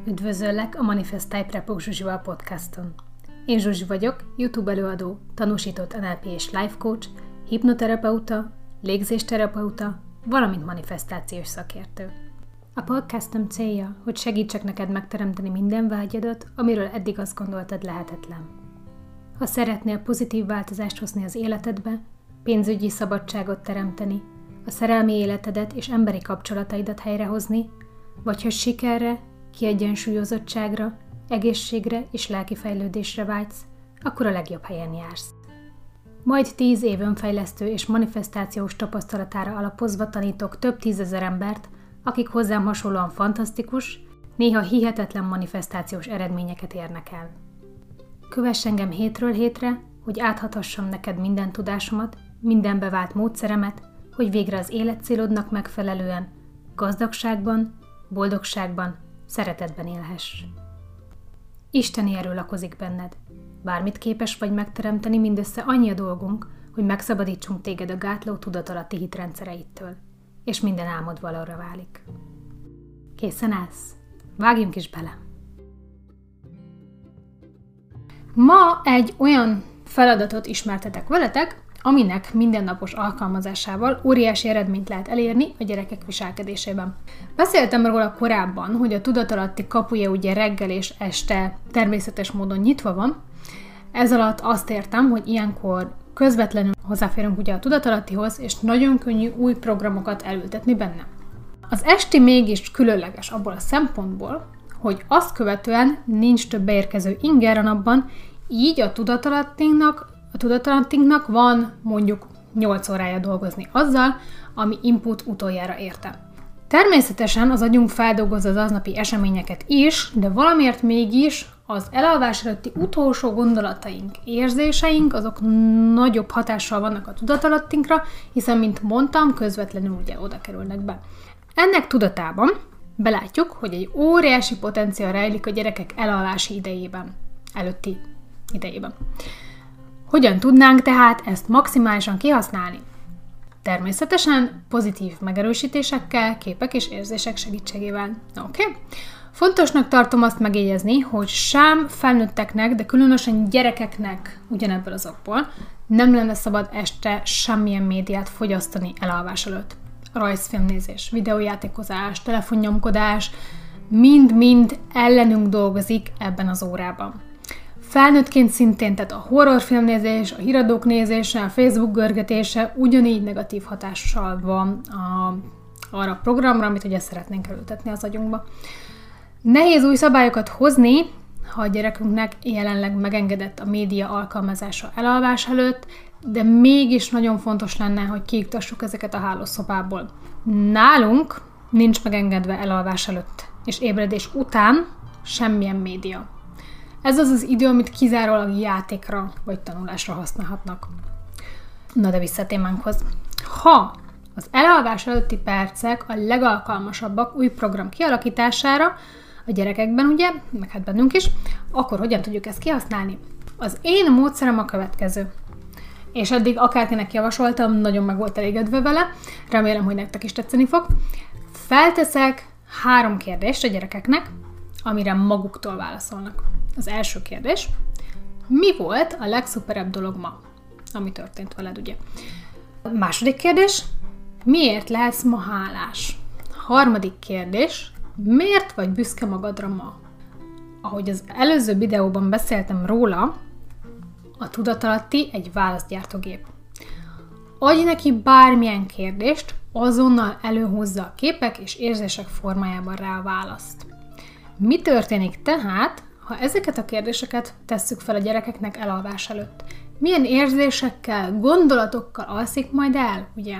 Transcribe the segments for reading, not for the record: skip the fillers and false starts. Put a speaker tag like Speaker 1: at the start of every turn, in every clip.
Speaker 1: Üdvözöllek a Manifest Type-Repok Zsuzsival podcaston. Én Zsuzsi vagyok, YouTube előadó, tanúsított NLP és life coach, hipnoterapeuta, légzésterapeuta, valamint manifestációs szakértő. A podcastom célja, hogy segítsek neked megteremteni minden vágyadat, amiről eddig azt gondoltad lehetetlen. Ha szeretnél pozitív változást hozni az életedbe, pénzügyi szabadságot teremteni, a szerelmi életedet és emberi kapcsolataidat helyrehozni, vagy ha sikerre, kiegyensúlyozottságra, egészségre és lelki fejlődésre vágysz, akkor a legjobb helyen jársz. Majd 10 év önfejlesztő és manifestációs tapasztalatára alapozva tanítok több tízezer embert, akik hozzám hasonlóan fantasztikus, néha hihetetlen manifestációs eredményeket érnek el. Kövess engem hétről hétre, hogy áthathassam neked minden tudásomat, minden bevált módszeremet, hogy végre az életcélodnak megfelelően, gazdagságban, boldogságban, szeretetben élhess. Isteni erő lakozik benned. Bármit képes vagy megteremteni, mindössze annyi a dolgunk, hogy megszabadítsunk téged a gátló tudatalatti hitrendszereittől, és minden álmod valóra válik. Készen állsz? Vágjunk is bele! Ma egy olyan feladatot ismertetek veletek, aminek mindennapos alkalmazásával óriási eredményt lehet elérni a gyerekek viselkedésében. Beszéltem róla korábban, hogy a tudatalatti kapuja ugye reggel és este természetes módon nyitva van. Ez alatt azt értem, hogy ilyenkor közvetlenül hozzáférünk ugye a tudatalattihoz, és nagyon könnyű új programokat elültetni benne. Az esti mégis különleges abból a szempontból, hogy azt követően nincs több beérkező inger a napban, így a tudatalattinknak van mondjuk 8 órája dolgozni azzal, ami input utoljára érte. Természetesen az agyunk feldolgozza az aznapi eseményeket is, de valamiért mégis az elalvás előtti utolsó gondolataink, érzéseink, azok nagyobb hatással vannak a tudatalattinkra, hiszen, mint mondtam, közvetlenül ugye oda kerülnek be. Ennek tudatában belátjuk, hogy egy óriási potenciál rejlik a gyerekek elalvási előtti idejében. Hogyan tudnánk tehát ezt maximálisan kihasználni? Természetesen pozitív megerősítésekkel, képek és érzések segítségével. Oké? Fontosnak tartom azt megjegyezni, hogy sem felnőtteknek, de különösen gyerekeknek ugyanebből az okból nem lenne szabad este semmilyen médiát fogyasztani elalvás előtt. Rajzfilmnézés, videójátékozás, telefonnyomkodás, mind-mind ellenünk dolgozik ebben az órában. Felnőttként szintén, tehát a horrorfilmnézés, a híradók nézése, a Facebook görgetése ugyanígy negatív hatással van arra a programra, amit ugye szeretnénk elültetni az agyunkba. Nehéz új szabályokat hozni, ha a gyerekünknek jelenleg megengedett a média alkalmazása elalvás előtt, de mégis nagyon fontos lenne, hogy kiiktassuk ezeket a hálószobából. Nálunk nincs megengedve elalvás előtt és ébredés után semmilyen média. Ez az az idő, amit kizárólag játékra vagy tanulásra használhatnak. Na de vissza a témánkhoz. Ha az elalvás előtti percek a legalkalmasabbak új program kialakítására, a gyerekekben ugye, meg hát bennünk is, akkor hogyan tudjuk ezt kihasználni? Az én módszerem a következő. És eddig akárkinek javasoltam, nagyon meg volt elégedve vele, remélem, hogy nektek is tetszeni fog. Felteszek 3 kérdést a gyerekeknek, amire maguktól válaszolnak. Az első kérdés, mi volt a legszuperebb dolog ma, ami történt veled, ugye? A második kérdés, miért lehetsz ma hálás? Harmadik kérdés, miért vagy büszke magadra ma? Ahogy az előző videóban beszéltem róla, a tudatalatti egy válaszgyártógép. Adj neki bármilyen kérdést, azonnal előhozza a képek és érzések formájában rá a választ. Mi történik tehát, ha ezeket a kérdéseket tesszük fel a gyerekeknek elalvás előtt? Milyen érzésekkel, gondolatokkal alszik majd el, ugye?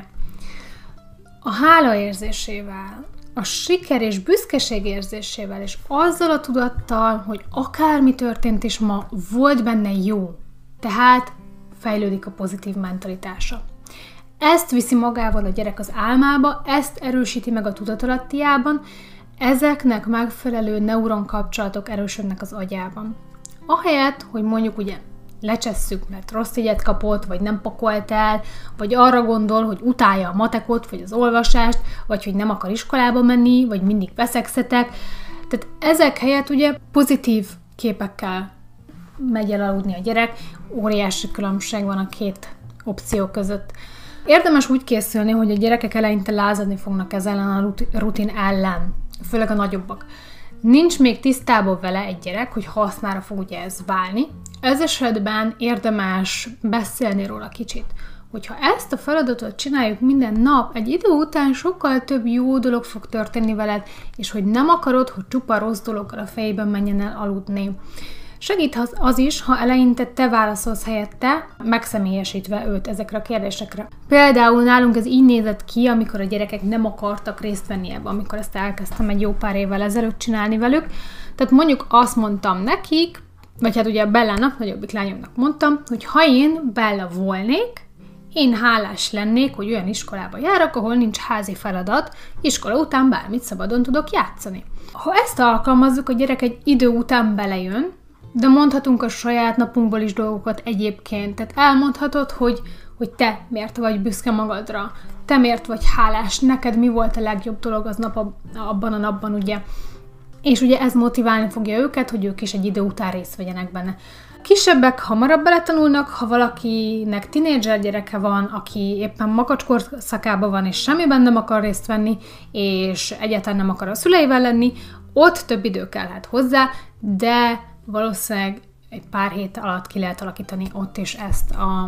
Speaker 1: A hála érzésével, a siker és büszkeség érzésével, és azzal a tudattal, hogy akármi történt is ma, volt benne jó. Tehát fejlődik a pozitív mentalitása. Ezt viszi magával a gyerek az álmába, ezt erősíti meg a tudatalattiában, ezeknek megfelelő neuronkapcsolatok erősödnek az agyában. Ahelyett, hogy mondjuk ugye lecsesszük, mert rossz jegyet kapott, vagy nem pakolt el, vagy arra gondol, hogy utálja a matekot, vagy az olvasást, vagy hogy nem akar iskolába menni, vagy mindig veszekszetek. Tehát ezek helyett ugye pozitív képekkel megy el aludni a gyerek, óriási különbség van a két opció között. Érdemes úgy készülni, hogy a gyerekek eleinte lázadni fognak ez ellen a rutin ellen, főleg a nagyobbak. Nincs még tisztában vele egy gyerek, hogy hasznára fog ugye ez válni. Ez esetben érdemes beszélni róla kicsit. Hogyha ezt a feladatot csináljuk minden nap, egy idő után sokkal több jó dolog fog történni veled, és hogy nem akarod, hogy csupa rossz dologgal a fejében menjen el aludni. Segít az is, ha eleinte te válaszolsz helyette, megszemélyesítve őt ezekre a kérdésekre. Például nálunk ez így nézett ki, amikor a gyerekek nem akartak részt venni ebben, amikor ezt elkezdtem egy jó pár évvel ezelőtt csinálni velük. Tehát mondjuk azt mondtam nekik, vagy hát ugye a Bellának, nagyobbik lányomnak mondtam, hogy ha én Bella volnék, én hálás lennék, hogy olyan iskolába járok, ahol nincs házi feladat, iskola után bármit szabadon tudok játszani. Ha ezt alkalmazzuk, a gyerek egy idő után belejön, de mondhatunk a saját napunkból is dolgokat egyébként. Tehát elmondhatod, hogy te miért vagy büszke magadra, te miért vagy hálás, neked mi volt a legjobb dolog az nap abban a napban, ugye. És ugye ez motiválni fogja őket, hogy ők is egy idő után részt vegyenek benne. Kisebbek hamarabb beletanulnak, ha valakinek tinédzser gyereke van, aki éppen makacskorszakában van, és semmiben nem akar részt venni, és egyáltalán nem akar a szüleivel lenni, ott több idő kellhet hozzá, de valószínűleg egy pár hét alatt ki lehet alakítani ott is ezt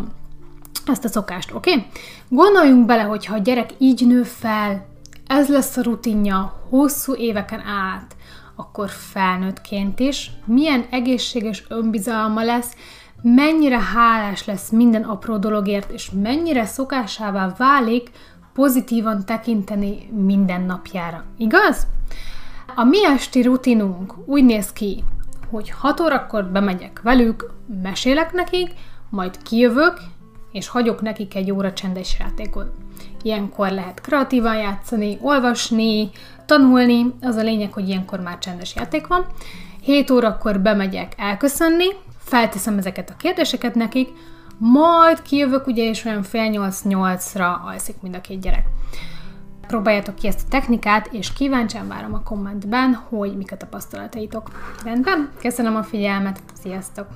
Speaker 1: a szokást, oké? Gondoljunk bele, hogyha a gyerek így nő fel, ez lesz a rutinja hosszú éveken át, akkor felnőttként is milyen egészséges önbizalma lesz, mennyire hálás lesz minden apró dologért, és mennyire szokásává válik pozitívan tekinteni minden napjára. Igaz? A mi esti rutinunk úgy néz ki, hogy 6 órakor bemegyek velük, mesélek nekik, majd kijövök, és hagyok nekik egy óra csendes játékot. Ilyenkor lehet kreatívan játszani, olvasni, tanulni, az a lényeg, hogy ilyenkor már csendes játék van. 7 órakor bemegyek elköszönni, felteszem ezeket a kérdéseket nekik, majd kijövök, ugye, és olyan fél 8-8-ra alszik mind a két gyerek. Próbáljátok ki ezt a technikát, és kíváncsian várom a kommentben, hogy mik a tapasztalataitok. Rendben? Köszönöm a figyelmet, sziasztok!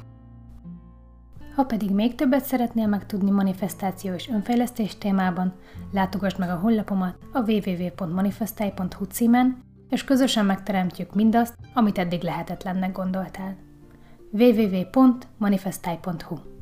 Speaker 1: Ha pedig még többet szeretnél megtudni manifestáció és önfejlesztés témában, látogass meg a honlapomat a www.manifestai.hu címen, és közösen megteremtjük mindazt, amit eddig lehetetlennek gondoltál. www.manifestai.hu